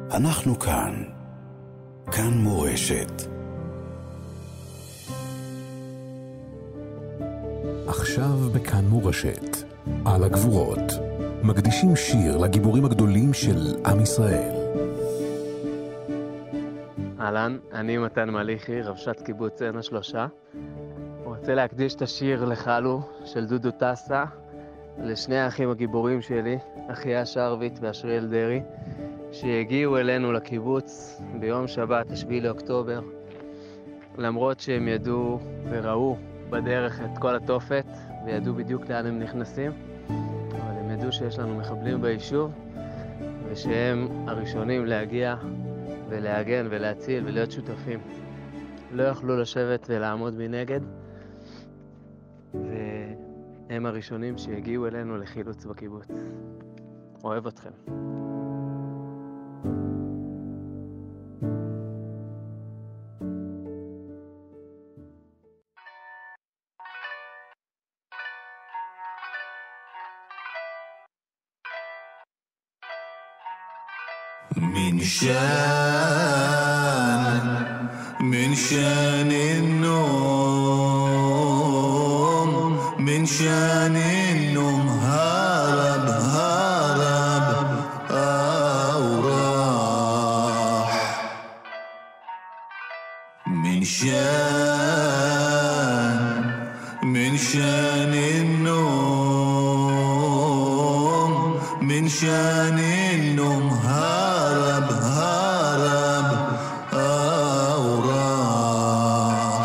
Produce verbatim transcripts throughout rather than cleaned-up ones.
אנחנו כאן. כאן מורשת. עכשיו בכאן מורשת. על הגבורות. מקדישים שיר לגיבורים הגדולים של עם ישראל. אהלן, אני מתן מליחי, רבש"ץ קיבוץ עין השלושה. רוצה להקדיש את השיר לחלו של דודו טסה, לשני האחים הגיבורים שלי, אחיה שרביט ואשריאל דרי, שהגיעו אלינו לקיבוץ ביום שבת, השביעי לאוקטובר, למרות שהם ידעו וראו בדרך את כל התופת, וידעו בדיוק לאן הם נכנסים, אבל הם ידעו שיש לנו מחבלים ביישוב, ושהם הראשונים להגיע ולהגן ולהציל ולהיות שותפים. לא יכלו לשבת ולעמוד מנגד, והם הראשונים שהגיעו אלינו לחילוץ בקיבוץ. אוהב אתכם. من شان من شان النوم من شان النوم هرب هرب أو راح من شان من شان النوم من شان النوم هرب هرب أو راح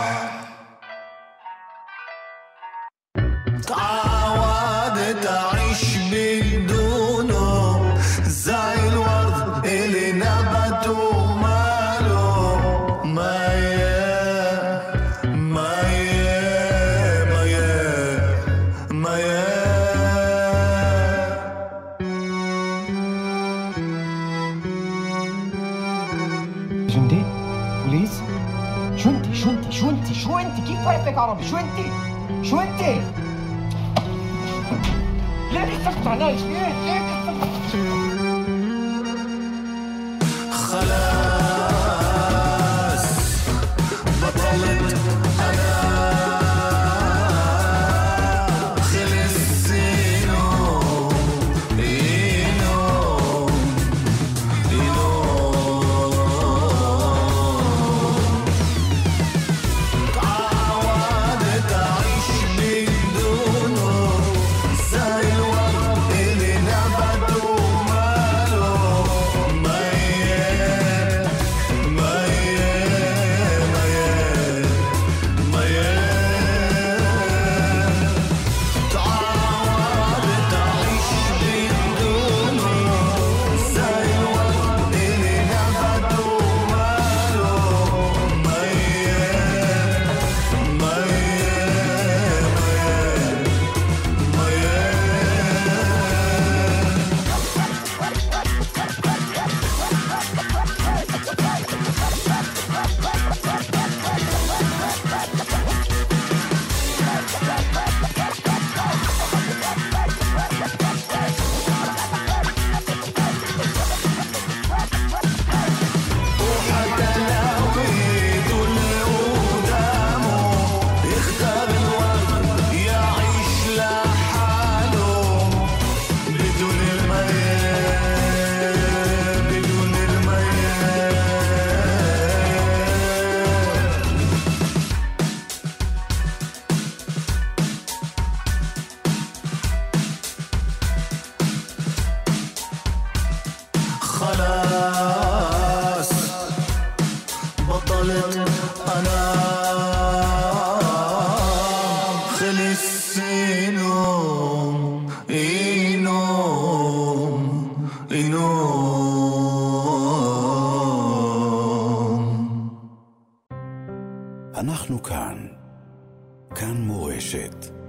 تعودت أعيش بدونه زي الورد اللي نبته ماله ما ما ما ما جندي بوليس شو انت شو انت شو انت شو انت كيف عرفتك عربي شو انت شو انت ليه كسرت عنايش ليه ليه كسرت خلاص بطلت أنا خلص إنه إنه إنه تعودت أعيش بدونه زي الورد اللي نبته ماله ميت ميت ميت ميت تعودت أعيش بدونه زي الورد اللي نبته ماله ميت وحتى لو ايده اللي قدامه يختار الورد يعيش لحاله بدون المياه بدون المياه خلاص بطلت أنا خلص إنهم إنهم إنهم אנחנו כאן. כאן מורשת.